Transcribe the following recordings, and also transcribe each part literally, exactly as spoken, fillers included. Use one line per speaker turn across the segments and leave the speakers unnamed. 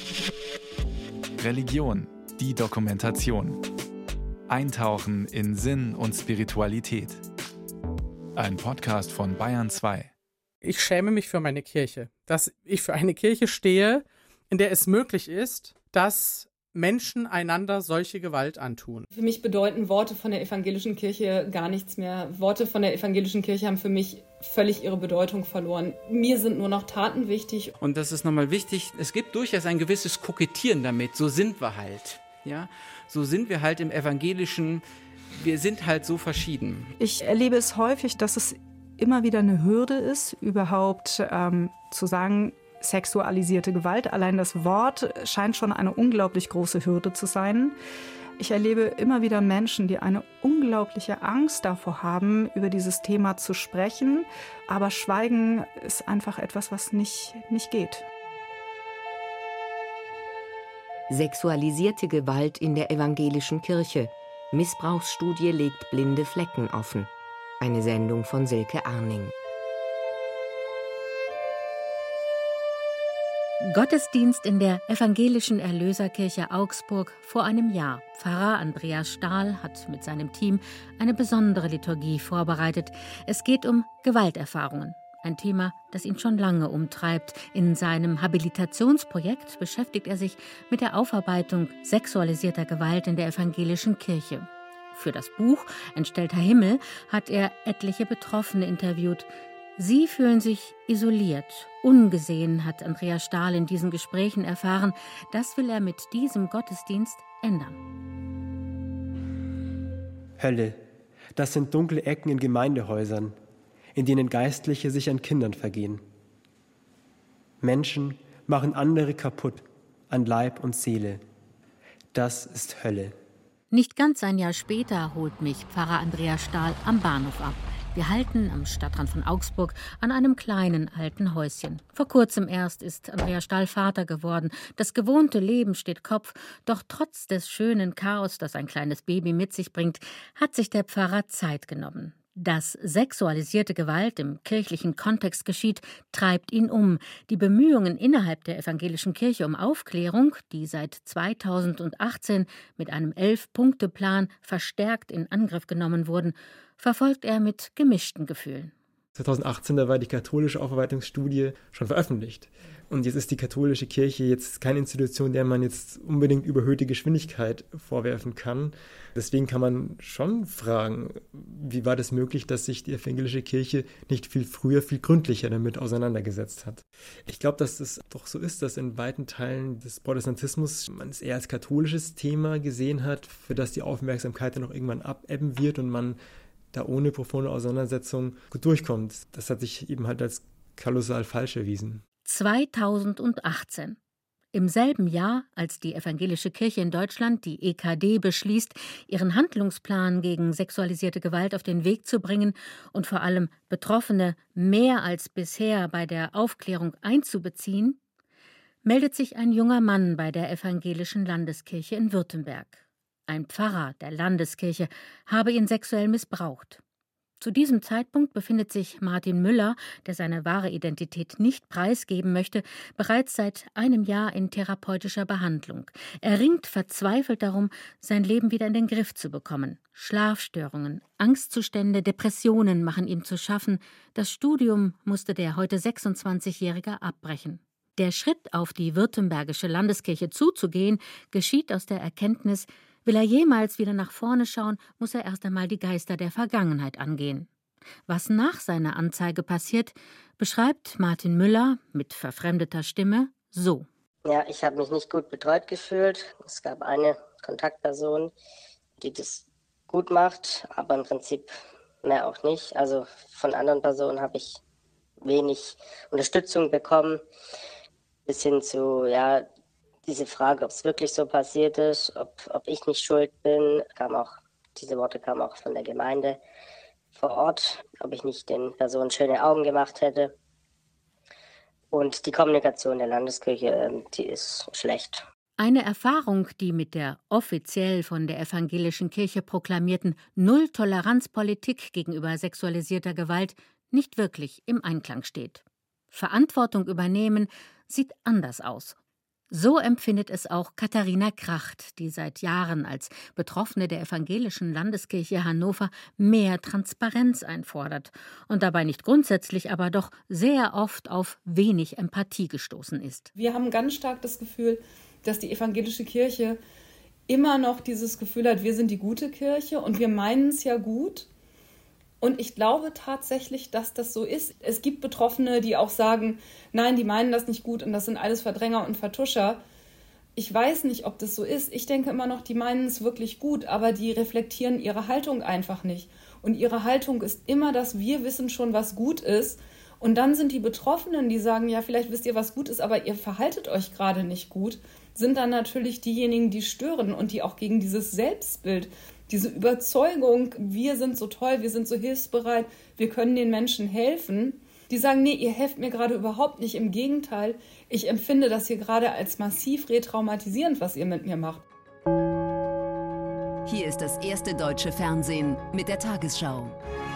Religion, die Dokumentation. Eintauchen in Sinn und Spiritualität. Ein Podcast von Bayern zwei.
Ich schäme mich für meine Kirche, dass ich für eine Kirche stehe, in der es möglich ist, dass Menschen einander solche Gewalt antun.
Für mich bedeuten Worte von der evangelischen Kirche gar nichts mehr. Worte von der evangelischen Kirche haben für mich völlig ihre Bedeutung verloren. Mir sind nur noch Taten wichtig.
Und das ist nochmal wichtig, es gibt durchaus ein gewisses Kokettieren damit. So sind wir halt. Ja? So sind wir halt im Evangelischen. Wir sind halt so verschieden.
Ich erlebe es häufig, dass es immer wieder eine Hürde ist, überhaupt ähm, zu sagen, sexualisierte Gewalt. Allein das Wort scheint schon eine unglaublich große Hürde zu sein. Ich erlebe immer wieder Menschen, die eine unglaubliche Angst davor haben, über dieses Thema zu sprechen. Aber Schweigen ist einfach etwas, was nicht, nicht geht.
Sexualisierte Gewalt in der evangelischen Kirche. Missbrauchsstudie legt blinde Flecken offen. Eine Sendung von Silke Arning.
Gottesdienst in der Evangelischen Erlöserkirche Augsburg vor einem Jahr. Pfarrer Andreas Stahl hat mit seinem Team eine besondere Liturgie vorbereitet. Es geht um Gewalterfahrungen. Ein Thema, das ihn schon lange umtreibt. In seinem Habilitationsprojekt beschäftigt er sich mit der Aufarbeitung sexualisierter Gewalt in der evangelischen Kirche. Für das Buch Entstellter Himmel hat er etliche Betroffene interviewt. Sie fühlen sich isoliert, ungesehen, hat Andreas Stahl in diesen Gesprächen erfahren. Das will er mit diesem Gottesdienst ändern.
Hölle, das sind dunkle Ecken in Gemeindehäusern, in denen Geistliche sich an Kindern vergehen. Menschen machen andere kaputt, an Leib und Seele. Das ist Hölle.
Nicht ganz ein Jahr später holt mich Pfarrer Andreas Stahl am Bahnhof ab. Wir halten am Stadtrand von Augsburg an einem kleinen alten Häuschen. Vor kurzem erst ist Andreas Stahl Vater geworden. Das gewohnte Leben steht Kopf. Doch trotz des schönen Chaos, das ein kleines Baby mit sich bringt, hat sich der Pfarrer Zeit genommen. Dass sexualisierte Gewalt im kirchlichen Kontext geschieht, treibt ihn um. Die Bemühungen innerhalb der evangelischen Kirche um Aufklärung, die seit zweitausendachtzehn mit einem Elf-Punkte-Plan verstärkt in Angriff genommen wurden, verfolgt er mit gemischten Gefühlen.
zweitausendachtzehn, da war die katholische Aufarbeitungsstudie schon veröffentlicht. Und jetzt ist die katholische Kirche jetzt keine Institution, der man jetzt unbedingt überhöhte Geschwindigkeit vorwerfen kann. Deswegen kann man schon fragen, wie war das möglich, dass sich die evangelische Kirche nicht viel früher, viel gründlicher damit auseinandergesetzt hat. Ich glaube, dass es doch so ist, dass in weiten Teilen des Protestantismus man es eher als katholisches Thema gesehen hat, für das die Aufmerksamkeit dann auch irgendwann abebben wird und man da ohne profunde Auseinandersetzung gut durchkommt. Das hat sich eben halt als kolossal falsch erwiesen.
zweitausendachtzehn. Im selben Jahr, als die evangelische Kirche in Deutschland, die E K D, beschließt, ihren Handlungsplan gegen sexualisierte Gewalt auf den Weg zu bringen und vor allem Betroffene mehr als bisher bei der Aufklärung einzubeziehen, meldet sich ein junger Mann bei der evangelischen Landeskirche in Württemberg. Ein Pfarrer der Landeskirche habe ihn sexuell missbraucht. Zu diesem Zeitpunkt befindet sich Martin Müller, der seine wahre Identität nicht preisgeben möchte, bereits seit einem Jahr in therapeutischer Behandlung. Er ringt verzweifelt darum, sein Leben wieder in den Griff zu bekommen. Schlafstörungen, Angstzustände, Depressionen machen ihm zu schaffen. Das Studium musste der heute sechsundzwanzigjährige abbrechen. Der Schritt, auf die württembergische Landeskirche zuzugehen, geschieht aus der Erkenntnis, will er jemals wieder nach vorne schauen, muss er erst einmal die Geister der Vergangenheit angehen. Was nach seiner Anzeige passiert, beschreibt Martin Müller mit verfremdeter Stimme so.
Ja, ich habe mich nicht gut betreut gefühlt. Es gab eine Kontaktperson, die das gut macht, aber im Prinzip mehr auch nicht. Also von anderen Personen habe ich wenig Unterstützung bekommen, bis hin zu, ja, diese Frage, ob es wirklich so passiert ist, ob, ob ich nicht schuld bin, kam auch, diese Worte kamen auch von der Gemeinde vor Ort, ob ich nicht den Personen schöne Augen gemacht hätte. Und die Kommunikation der Landeskirche, die ist schlecht.
Eine Erfahrung, die mit der offiziell von der evangelischen Kirche proklamierten Null-Toleranz-Politik gegenüber sexualisierter Gewalt nicht wirklich im Einklang steht. Verantwortung übernehmen sieht anders aus. So empfindet es auch Katharina Kracht, die seit Jahren als Betroffene der Evangelischen Landeskirche Hannover mehr Transparenz einfordert und dabei nicht grundsätzlich, aber doch sehr oft auf wenig Empathie gestoßen ist.
Wir haben ganz stark das Gefühl, dass die evangelische Kirche immer noch dieses Gefühl hat, wir sind die gute Kirche und wir meinen es ja gut. Und ich glaube tatsächlich, dass das so ist. Es gibt Betroffene, die auch sagen, nein, die meinen das nicht gut und das sind alles Verdränger und Vertuscher. Ich weiß nicht, ob das so ist. Ich denke immer noch, die meinen es wirklich gut, aber die reflektieren ihre Haltung einfach nicht. Und ihre Haltung ist immer, dass wir wissen schon, was gut ist. Und dann sind die Betroffenen, die sagen, ja, vielleicht wisst ihr, was gut ist, aber ihr verhaltet euch gerade nicht gut, sind dann natürlich diejenigen, die stören und die auch gegen dieses Selbstbild, diese Überzeugung, wir sind so toll, wir sind so hilfsbereit, wir können den Menschen helfen, die sagen, nee, ihr helft mir gerade überhaupt nicht, im Gegenteil, ich empfinde das hier gerade als massiv retraumatisierend, was ihr mit mir macht.
Hier ist das erste deutsche Fernsehen mit der Tagesschau.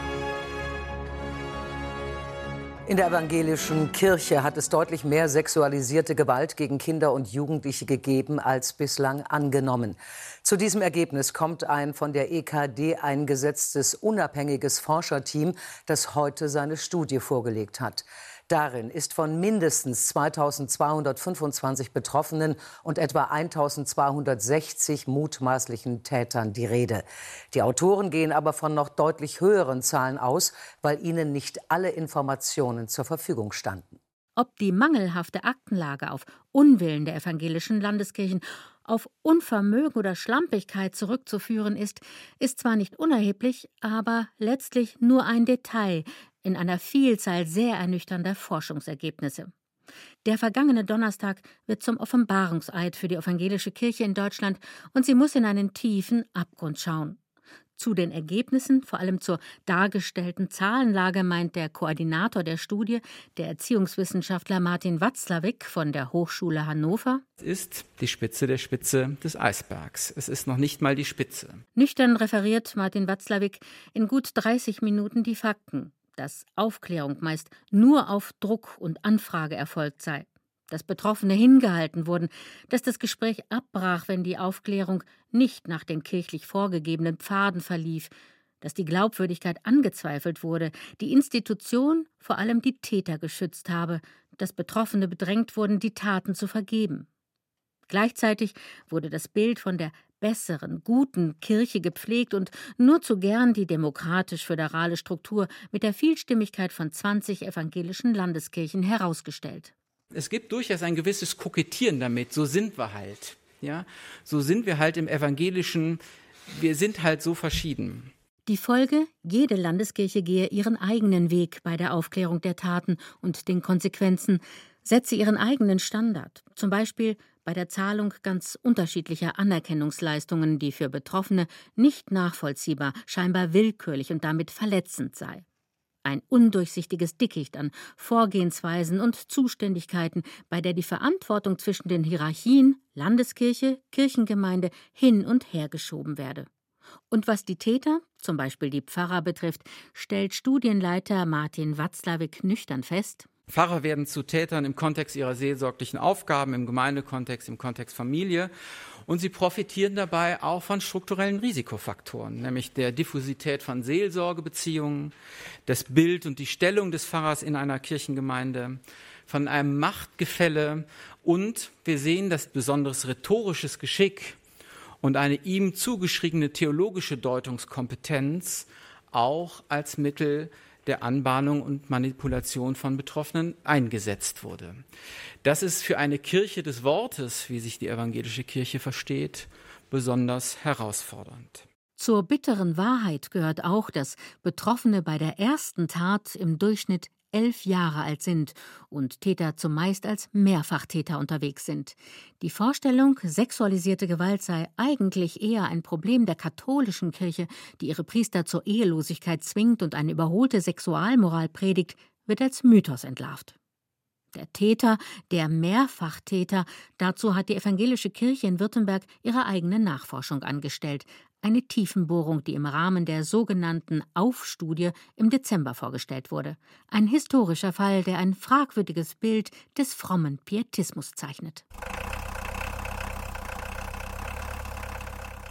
In der evangelischen Kirche hat es deutlich mehr sexualisierte Gewalt gegen Kinder und Jugendliche gegeben als bislang angenommen. Zu diesem Ergebnis kommt ein von der E K D eingesetztes unabhängiges Forscherteam, das heute seine Studie vorgelegt hat. Darin ist von mindestens zweitausendzweihundertfünfundzwanzig Betroffenen und etwa eintausendzweihundertsechzig mutmaßlichen Tätern die Rede. Die Autoren gehen aber von noch deutlich höheren Zahlen aus, weil ihnen nicht alle Informationen zur Verfügung standen.
Ob die mangelhafte Aktenlage auf Unwillen der evangelischen Landeskirchen, auf Unvermögen oder Schlampigkeit zurückzuführen ist, ist zwar nicht unerheblich, aber letztlich nur ein Detail in einer Vielzahl sehr ernüchternder Forschungsergebnisse. Der vergangene Donnerstag wird zum Offenbarungseid für die evangelische Kirche in Deutschland und sie muss in einen tiefen Abgrund schauen. Zu den Ergebnissen, vor allem zur dargestellten Zahlenlage, meint der Koordinator der Studie, der Erziehungswissenschaftler Martin Watzlawick von der Hochschule Hannover:
Es ist die Spitze der Spitze des Eisbergs. Es ist noch nicht mal die Spitze.
Nüchtern referiert Martin Watzlawick in gut dreißig Minuten die Fakten, dass Aufklärung meist nur auf Druck und Anfrage erfolgt sei, dass Betroffene hingehalten wurden, dass das Gespräch abbrach, wenn die Aufklärung nicht nach den kirchlich vorgegebenen Pfaden verlief, dass die Glaubwürdigkeit angezweifelt wurde, die Institution vor allem die Täter geschützt habe, dass Betroffene bedrängt wurden, die Taten zu vergeben. Gleichzeitig wurde das Bild von der besseren, guten Kirche gepflegt und nur zu gern die demokratisch-föderale Struktur mit der Vielstimmigkeit von zwanzig evangelischen Landeskirchen herausgestellt.
Es gibt durchaus ein gewisses Kokettieren damit, so sind wir halt. Ja? So sind wir halt im Evangelischen, wir sind halt so verschieden.
Die Folge: Jede Landeskirche gehe ihren eigenen Weg bei der Aufklärung der Taten und den Konsequenzen, setze ihren eigenen Standard, zum Beispiel bei der Zahlung ganz unterschiedlicher Anerkennungsleistungen, die für Betroffene nicht nachvollziehbar, scheinbar willkürlich und damit verletzend sei. Ein undurchsichtiges Dickicht an Vorgehensweisen und Zuständigkeiten, bei der die Verantwortung zwischen den Hierarchien Landeskirche, Kirchengemeinde hin und her geschoben werde. Und was die Täter, zum Beispiel die Pfarrer, betrifft, stellt Studienleiter Martin Watzlawick nüchtern fest:
Pfarrer werden zu Tätern im Kontext ihrer seelsorglichen Aufgaben, im Gemeindekontext, im Kontext Familie. Und sie profitieren dabei auch von strukturellen Risikofaktoren, nämlich der Diffusität von Seelsorgebeziehungen, das Bild und die Stellung des Pfarrers in einer Kirchengemeinde, von einem Machtgefälle. Und wir sehen, dass besonderes rhetorisches Geschick und eine ihm zugeschriebene theologische Deutungskompetenz auch als Mittel der Anbahnung und Manipulation von Betroffenen eingesetzt wurde. Das ist für eine Kirche des Wortes, wie sich die evangelische Kirche versteht, besonders herausfordernd.
Zur bitteren Wahrheit gehört auch, dass Betroffene bei der ersten Tat im Durchschnitt elf Jahre alt sind und Täter zumeist als Mehrfachtäter unterwegs sind. Die Vorstellung, sexualisierte Gewalt sei eigentlich eher ein Problem der katholischen Kirche, die ihre Priester zur Ehelosigkeit zwingt und eine überholte Sexualmoral predigt, wird als Mythos entlarvt. Der Täter, der Mehrfachtäter, dazu hat die evangelische Kirche in Württemberg ihre eigene Nachforschung angestellt. Eine Tiefenbohrung, die im Rahmen der sogenannten Auf-Studie im Dezember vorgestellt wurde. Ein historischer Fall, der ein fragwürdiges Bild des frommen Pietismus zeichnet.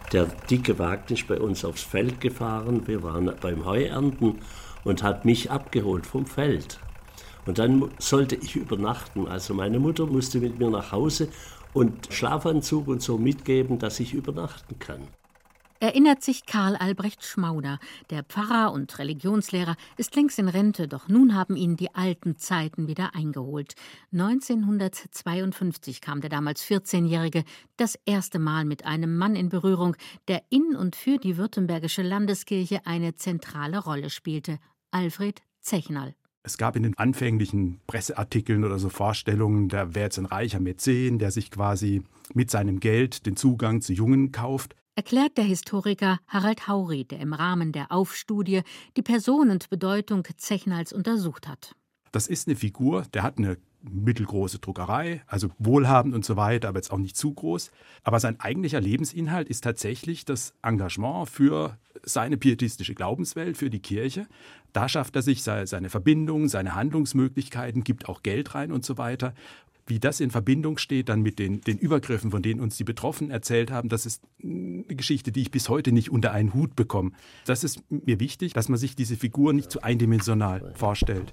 Der dicke Wagen ist bei uns aufs Feld gefahren. Wir waren beim Heuernten und hat mich abgeholt vom Feld. Und dann sollte ich übernachten. Also meine Mutter musste mit mir nach Hause und Schlafanzug und so mitgeben, dass ich übernachten kann.
Erinnert sich Karl Albrecht Schmauder. Der Pfarrer und Religionslehrer ist längst in Rente, doch nun haben ihn die alten Zeiten wieder eingeholt. neunzehnhundertzweiundfünfzig kam der damals vierzehnjährige das erste Mal mit einem Mann in Berührung, der in und für die württembergische Landeskirche eine zentrale Rolle spielte: Alfred Zechnal.
Es gab in den anfänglichen Presseartikeln oder so Vorstellungen, da wäre jetzt ein reicher Mäzen, der sich quasi mit seinem Geld den Zugang zu Jungen kauft.
Erklärt der Historiker Harald Haury, der im Rahmen der Auf-Studie die Person und Bedeutung Zechnals untersucht hat.
Das ist eine Figur, der hat eine mittelgroße Druckerei, also wohlhabend und so weiter, aber jetzt auch nicht zu groß. Aber sein eigentlicher Lebensinhalt ist tatsächlich das Engagement für seine pietistische Glaubenswelt, für die Kirche. Da schafft er sich seine Verbindungen, seine Handlungsmöglichkeiten, gibt auch Geld rein und so weiter. Wie das in Verbindung steht dann mit den, den Übergriffen, von denen uns die Betroffenen erzählt haben, das ist eine Geschichte, die ich bis heute nicht unter einen Hut bekomme. Das ist mir wichtig, dass man sich diese Figur nicht zu eindimensional vorstellt.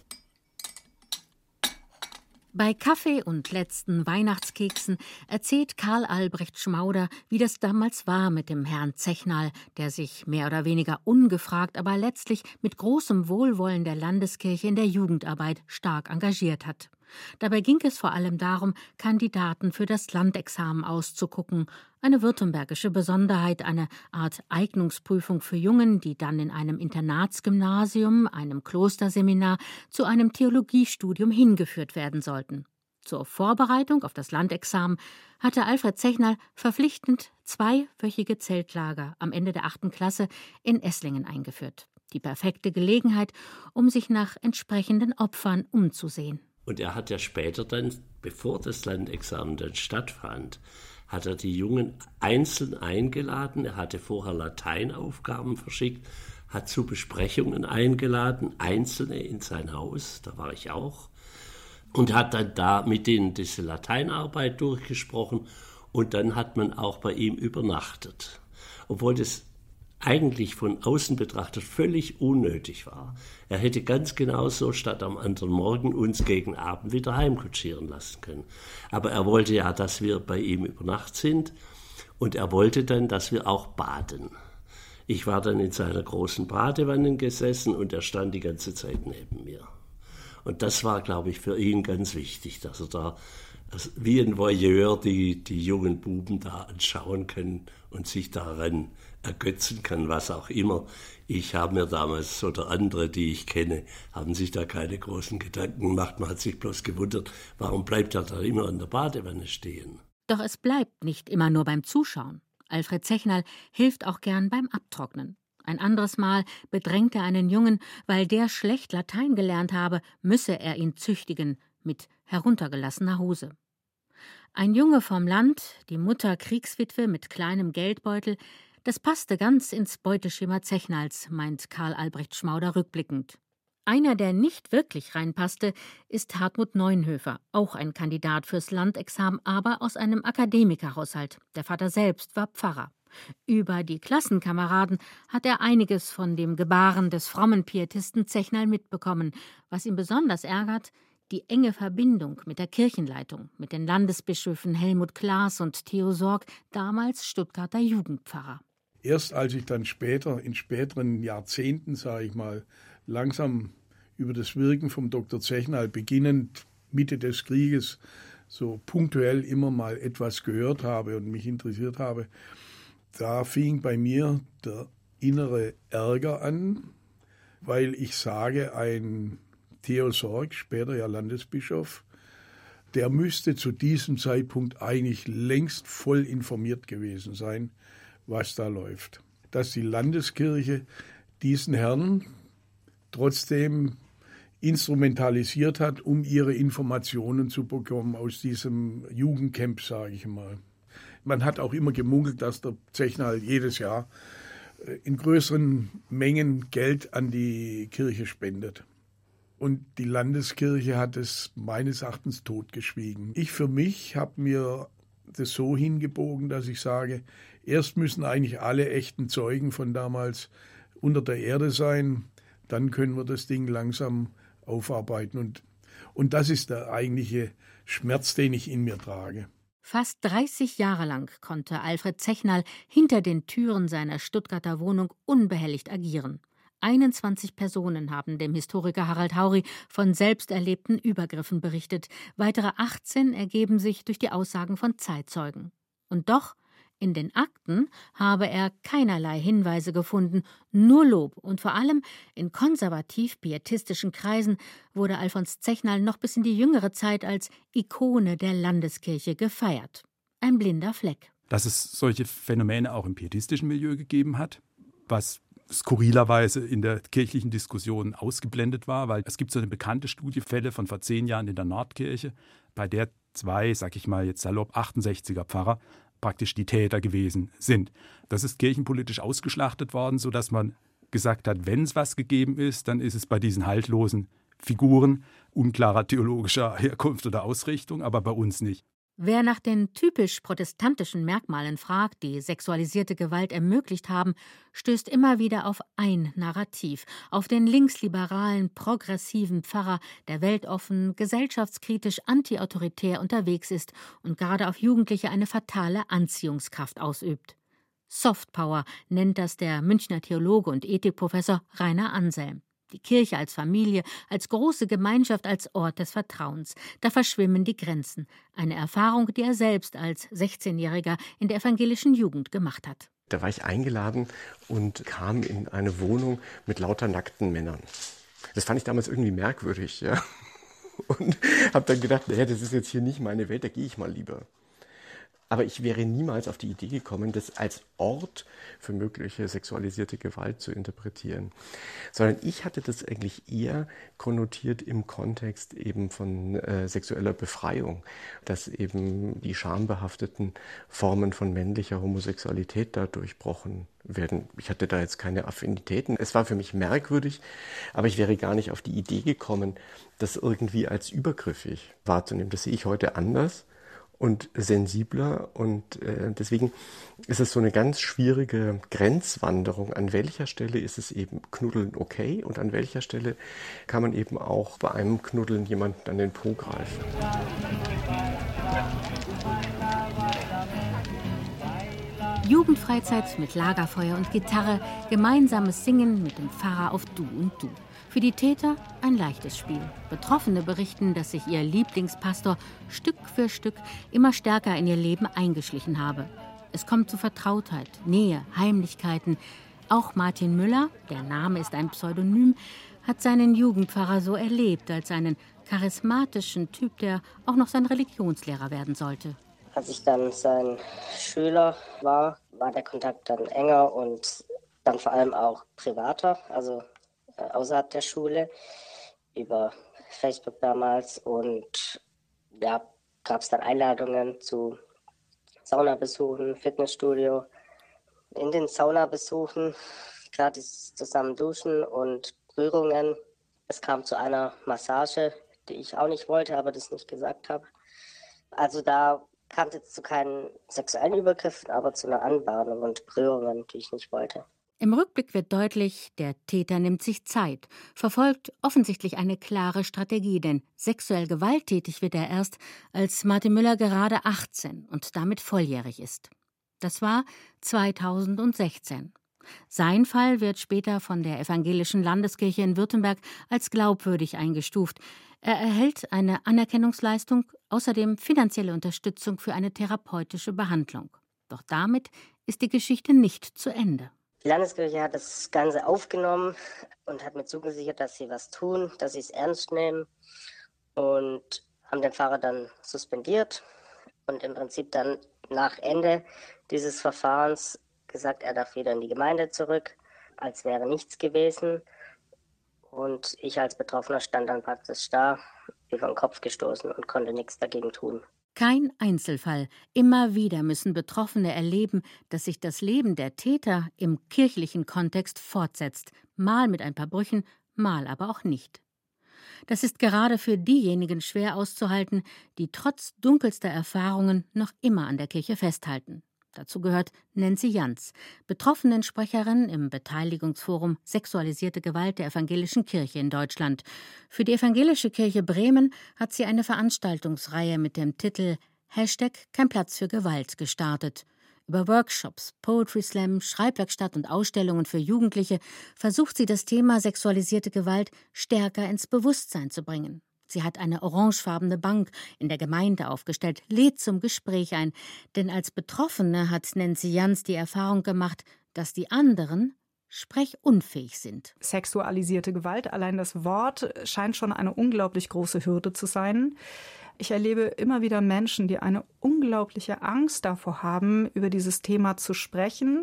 Bei Kaffee und letzten Weihnachtskeksen erzählt Karl Albrecht Schmauder, wie das damals war mit dem Herrn Zechnal, der sich mehr oder weniger ungefragt, aber letztlich mit großem Wohlwollen der Landeskirche in der Jugendarbeit stark engagiert hat. Dabei ging es vor allem darum, Kandidaten für das Landexamen auszugucken, eine württembergische Besonderheit, eine Art Eignungsprüfung für Jungen, die dann in einem Internatsgymnasium, einem Klosterseminar, zu einem Theologiestudium hingeführt werden sollten. Zur Vorbereitung auf das Landexamen hatte Alfred Zechnal verpflichtend zweiwöchige Zeltlager am Ende der achten Klasse in Esslingen eingeführt. Die perfekte Gelegenheit, um sich nach entsprechenden Opfern umzusehen.
Und er hat ja später dann, bevor das Landexamen dann stattfand, hat er die Jungen einzeln eingeladen. Er hatte vorher Lateinaufgaben verschickt, hat zu Besprechungen eingeladen, Einzelne in sein Haus, da war ich auch, und hat dann da mit denen diese Lateinarbeit durchgesprochen und dann hat man auch bei ihm übernachtet. Obwohl das eigentlich von außen betrachtet völlig unnötig war. Er hätte ganz genauso statt am anderen Morgen uns gegen Abend wieder heimkutschieren lassen können. Aber er wollte ja, dass wir bei ihm über Nacht sind und er wollte dann, dass wir auch baden. Ich war dann in seiner großen Badewanne gesessen und er stand die ganze Zeit neben mir. Und das war, glaube ich, für ihn ganz wichtig, dass er da also wie ein Voyeur die, die jungen Buben da anschauen können und sich daran ergötzen kann, was auch immer. Ich habe mir damals, oder andere, die ich kenne, haben sich da keine großen Gedanken gemacht. Man hat sich bloß gewundert, warum bleibt er da immer an der Badewanne stehen?
Doch es bleibt nicht immer nur beim Zuschauen. Alfred Zechnal hilft auch gern beim Abtrocknen. Ein anderes Mal bedrängt er einen Jungen, weil der schlecht Latein gelernt habe, müsse er ihn züchtigen, mit heruntergelassener Hose. Ein Junge vom Land, die Mutter Kriegswitwe mit kleinem Geldbeutel, das passte ganz ins Beuteschema Zechnals, meint Karl Albrecht Schmauder rückblickend. Einer, der nicht wirklich reinpasste, ist Hartmut Neunhöfer, auch ein Kandidat fürs Landexamen, aber aus einem Akademikerhaushalt. Der Vater selbst war Pfarrer. Über die Klassenkameraden hat er einiges von dem Gebaren des frommen Pietisten Zechnal mitbekommen. Was ihn besonders ärgert, die enge Verbindung mit der Kirchenleitung, mit den Landesbischöfen Helmut Klaas und Theo Sorg, damals Stuttgarter Jugendpfarrer.
Erst als ich dann später, in späteren Jahrzehnten, sage ich mal, langsam über das Wirken vom Doktor Zechnal, beginnend Mitte des Krieges, so punktuell immer mal etwas gehört habe und mich interessiert habe, da fing bei mir der innere Ärger an, weil ich sage, ein Theo Sorg, später ja Landesbischof, der müsste zu diesem Zeitpunkt eigentlich längst voll informiert gewesen sein, was da läuft. Dass die Landeskirche diesen Herrn trotzdem instrumentalisiert hat, um ihre Informationen zu bekommen aus diesem Jugendcamp, sage ich mal. Man hat auch immer gemunkelt, dass der Zechnal jedes Jahr in größeren Mengen Geld an die Kirche spendet. Und die Landeskirche hat es meines Erachtens totgeschwiegen. Ich für mich habe mir das so hingebogen, dass ich sage, erst müssen eigentlich alle echten Zeugen von damals unter der Erde sein, dann können wir das Ding langsam aufarbeiten. Und, und das ist der eigentliche Schmerz, den ich in mir trage.
Fast dreißig Jahre lang konnte Alfred Zechnal hinter den Türen seiner Stuttgarter Wohnung unbehelligt agieren. einundzwanzig Personen haben dem Historiker Harald Haury von selbst erlebten Übergriffen berichtet. Weitere achtzehn ergeben sich durch die Aussagen von Zeitzeugen. Und doch, in den Akten habe er keinerlei Hinweise gefunden, nur Lob. Und vor allem in konservativ-pietistischen Kreisen wurde Alfons Zechnal noch bis in die jüngere Zeit als Ikone der Landeskirche gefeiert. Ein blinder Fleck.
Dass es solche Phänomene auch im pietistischen Milieu gegeben hat, was skurrilerweise in der kirchlichen Diskussion ausgeblendet war, weil es gibt so eine bekannte Studie, Fälle von vor zehn Jahren in der Nordkirche, bei der zwei, sag ich mal jetzt salopp, achtundsechziger Pfarrer praktisch die Täter gewesen sind. Das ist kirchenpolitisch ausgeschlachtet worden, sodass man gesagt hat, wenn es was gegeben ist, dann ist es bei diesen haltlosen Figuren unklarer theologischer Herkunft oder Ausrichtung, aber bei uns nicht.
Wer nach den typisch protestantischen Merkmalen fragt, die sexualisierte Gewalt ermöglicht haben, stößt immer wieder auf ein Narrativ, auf den linksliberalen, progressiven Pfarrer, der weltoffen, gesellschaftskritisch, antiautoritär unterwegs ist und gerade auf Jugendliche eine fatale Anziehungskraft ausübt. Softpower nennt das der Münchner Theologe und Ethikprofessor Rainer Anselm. Die Kirche als Familie, als große Gemeinschaft, als Ort des Vertrauens. Da verschwimmen die Grenzen. Eine Erfahrung, die er selbst als sechzehnjähriger in der evangelischen Jugend gemacht hat.
Da war ich eingeladen und kam in eine Wohnung mit lauter nackten Männern. Das fand ich damals irgendwie merkwürdig, ja. Und habe dann gedacht, naja, das ist jetzt hier nicht meine Welt, da gehe ich mal lieber. Aber ich wäre niemals auf die Idee gekommen, das als Ort für mögliche sexualisierte Gewalt zu interpretieren. Sondern ich hatte das eigentlich eher konnotiert im Kontext eben von äh, sexueller Befreiung, dass eben die schambehafteten Formen von männlicher Homosexualität da durchbrochen werden. Ich hatte da jetzt keine Affinitäten. Es war für mich merkwürdig, aber ich wäre gar nicht auf die Idee gekommen, das irgendwie als übergriffig wahrzunehmen. Das sehe ich heute anders und sensibler und äh, deswegen ist es so eine ganz schwierige Grenzwanderung. An welcher Stelle ist es eben Knuddeln okay und an welcher Stelle kann man eben auch bei einem Knuddeln jemanden an den Po greifen.
Jugendfreizeit mit Lagerfeuer und Gitarre, gemeinsames Singen mit dem Pfarrer auf Du und Du. Für die Täter ein leichtes Spiel. Betroffene berichten, dass sich ihr Lieblingspastor Stück für Stück immer stärker in ihr Leben eingeschlichen habe. Es kommt zu Vertrautheit, Nähe, Heimlichkeiten. Auch Martin Müller, der Name ist ein Pseudonym, hat seinen Jugendpfarrer so erlebt, als einen charismatischen Typ, der auch noch sein Religionslehrer werden sollte.
Als ich dann sein Schüler war, war der Kontakt dann enger und dann vor allem auch privater, also äh, außerhalb der Schule, über Facebook damals. Und ja, gab es dann Einladungen zu Saunabesuchen, Fitnessstudio. In den Saunabesuchen, gratis zusammen duschen und Berührungen. Es kam zu einer Massage, die ich auch nicht wollte, aber das nicht gesagt habe. Also da kam es jetzt zu keinen sexuellen Übergriffen, aber zu einer Anbahnung und Berührungen, die ich nicht wollte.
Im Rückblick wird deutlich, der Täter nimmt sich Zeit, verfolgt offensichtlich eine klare Strategie, denn sexuell gewalttätig wird er erst, als Martin Müller gerade achtzehn und damit volljährig ist. Das war zweitausendsechzehn. Sein Fall wird später von der Evangelischen Landeskirche in Württemberg als glaubwürdig eingestuft. Er erhält eine Anerkennungsleistung, außerdem finanzielle Unterstützung für eine therapeutische Behandlung. Doch damit ist die Geschichte nicht zu Ende.
Die Landeskirche hat das Ganze aufgenommen und hat mir zugesichert, dass sie was tun, dass sie es ernst nehmen und haben den Pfarrer dann suspendiert und im Prinzip dann nach Ende dieses Verfahrens gesagt, er darf wieder in die Gemeinde zurück, als wäre nichts gewesen. Und ich als Betroffener stand dann praktisch da, wie vom Kopf gestoßen und konnte nichts dagegen tun.
Kein Einzelfall. Immer wieder müssen Betroffene erleben, dass sich das Leben der Täter im kirchlichen Kontext fortsetzt. Mal mit ein paar Brüchen, mal aber auch nicht. Das ist gerade für diejenigen schwer auszuhalten, die trotz dunkelster Erfahrungen noch immer an der Kirche festhalten. Dazu gehört Nancy Jantz, Betroffenensprecherin im Beteiligungsforum Sexualisierte Gewalt der Evangelischen Kirche in Deutschland. Für die Evangelische Kirche Bremen hat sie eine Veranstaltungsreihe mit dem Titel Hashtag Kein Platz für Gewalt gestartet. Über Workshops, Poetry Slam, Schreibwerkstatt und Ausstellungen für Jugendliche versucht sie, das Thema sexualisierte Gewalt stärker ins Bewusstsein zu bringen. Sie hat eine orangefarbene Bank in der Gemeinde aufgestellt, lädt zum Gespräch ein. Denn als Betroffene hat Nancy Jantz die Erfahrung gemacht, dass die anderen sprechunfähig sind.
Sexualisierte Gewalt, allein das Wort scheint schon eine unglaublich große Hürde zu sein. Ich erlebe immer wieder Menschen, die eine unglaubliche Angst davor haben, über dieses Thema zu sprechen,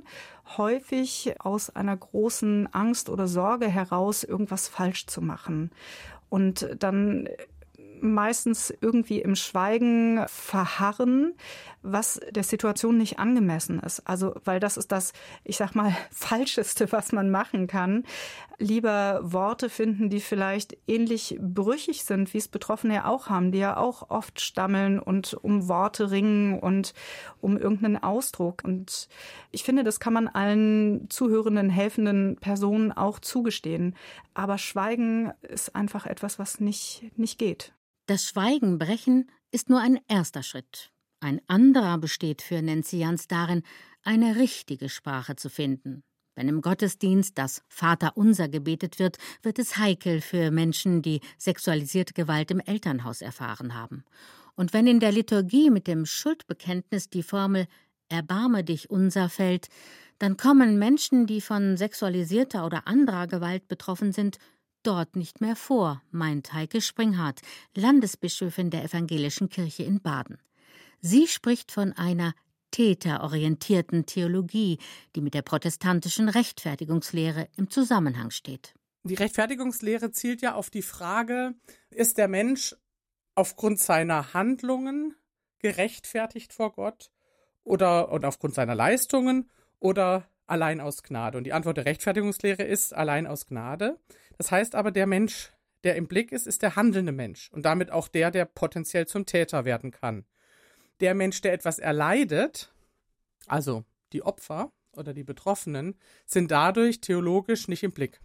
häufig aus einer großen Angst oder Sorge heraus, irgendwas falsch zu machen. Und dann meistens irgendwie im Schweigen verharren, was der Situation nicht angemessen ist. Also, weil das ist das, ich sag mal, Falscheste, was man machen kann. Lieber Worte finden, die vielleicht ähnlich brüchig sind, wie es Betroffene ja auch haben, die ja auch oft stammeln und um Worte ringen und um irgendeinen Ausdruck. Und ich finde, das kann man allen zuhörenden, helfenden Personen auch zugestehen. Aber Schweigen ist einfach etwas, was nicht, nicht geht.
Das Schweigen brechen ist nur ein erster Schritt. Ein anderer besteht für Nancy Jantz darin, eine richtige Sprache zu finden. Wenn im Gottesdienst das Vaterunser gebetet wird, wird es heikel für Menschen, die sexualisierte Gewalt im Elternhaus erfahren haben. Und wenn in der Liturgie mit dem Schuldbekenntnis die Formel »Erbarme dich unser« fällt, dann kommen Menschen, die von sexualisierter oder anderer Gewalt betroffen sind, dort nicht mehr vor, meint Heike Springhardt, Landesbischöfin der Evangelischen Kirche in Baden. Sie spricht von einer täterorientierten Theologie, die mit der protestantischen Rechtfertigungslehre im Zusammenhang steht.
Die Rechtfertigungslehre zielt ja auf die Frage, ist der Mensch aufgrund seiner Handlungen gerechtfertigt vor Gott oder, oder aufgrund seiner Leistungen oder allein aus Gnade? Und die Antwort der Rechtfertigungslehre ist allein aus Gnade. Das heißt aber, der Mensch, der im Blick ist, ist der handelnde Mensch und damit auch der, der potenziell zum Täter werden kann. Der Mensch, der etwas erleidet, also die Opfer oder die Betroffenen, sind dadurch theologisch nicht im Blick.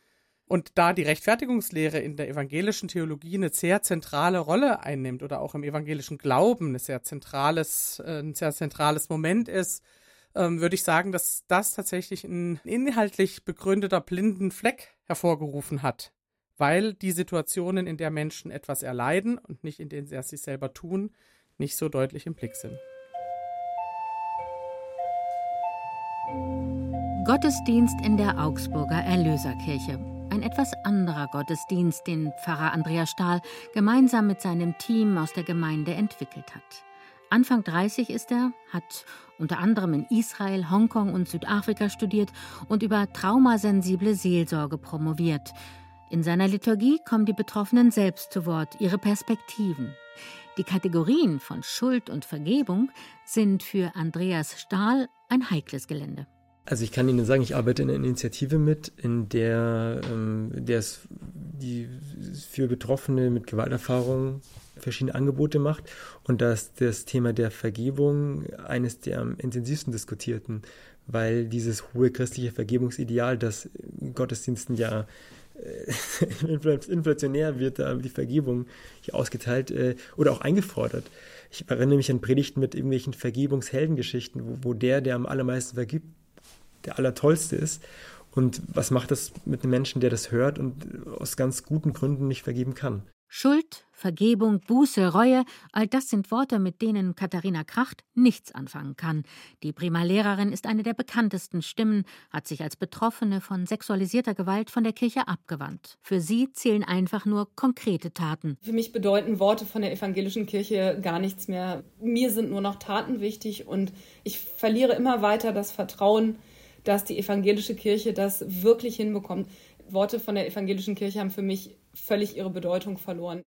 Und da die Rechtfertigungslehre in der evangelischen Theologie eine sehr zentrale Rolle einnimmt oder auch im evangelischen Glauben ein sehr zentrales, ein sehr zentrales Moment ist, würde ich sagen, dass das tatsächlich ein inhaltlich begründeter blinden Fleck hervorgerufen hat, weil die Situationen, in der Menschen etwas erleiden und nicht in denen sie es sich selber tun, nicht so deutlich im Blick sind.
Gottesdienst in der Augsburger Erlöserkirche. Ein etwas anderer Gottesdienst, den Pfarrer Andreas Stahl gemeinsam mit seinem Team aus der Gemeinde entwickelt hat. Anfang dreißig ist er, hat unter anderem in Israel, Hongkong und Südafrika studiert und über traumasensible Seelsorge promoviert. In seiner Liturgie kommen die Betroffenen selbst zu Wort, ihre Perspektiven. Die Kategorien von Schuld und Vergebung sind für Andreas Stahl ein heikles Gelände.
Also ich kann Ihnen sagen, ich arbeite in einer Initiative mit, in der, ähm, der es die für Betroffene mit Gewalterfahrung verschiedene Angebote macht und da ist das Thema der Vergebung eines der am intensivsten diskutierten, weil dieses hohe christliche Vergebungsideal, das in Gottesdiensten ja äh, inflationär wird, da die Vergebung hier ausgeteilt äh, oder auch eingefordert. Ich erinnere mich an Predigten mit irgendwelchen Vergebungsheldengeschichten, wo, wo der, der am allermeisten vergibt, der Allertollste ist. Und was macht das mit einem Menschen, der das hört und aus ganz guten Gründen nicht vergeben kann?
Schuld, Vergebung, Buße, Reue, all das sind Worte, mit denen Katharina Kracht nichts anfangen kann. Die Primarlehrerin ist eine der bekanntesten Stimmen, hat sich als Betroffene von sexualisierter Gewalt von der Kirche abgewandt. Für sie zählen einfach nur konkrete Taten.
Für mich bedeuten Worte von der evangelischen Kirche gar nichts mehr. Mir sind nur noch Taten wichtig und ich verliere immer weiter das Vertrauen, dass die evangelische Kirche das wirklich hinbekommt. Worte von der evangelischen Kirche haben für mich völlig ihre Bedeutung verloren.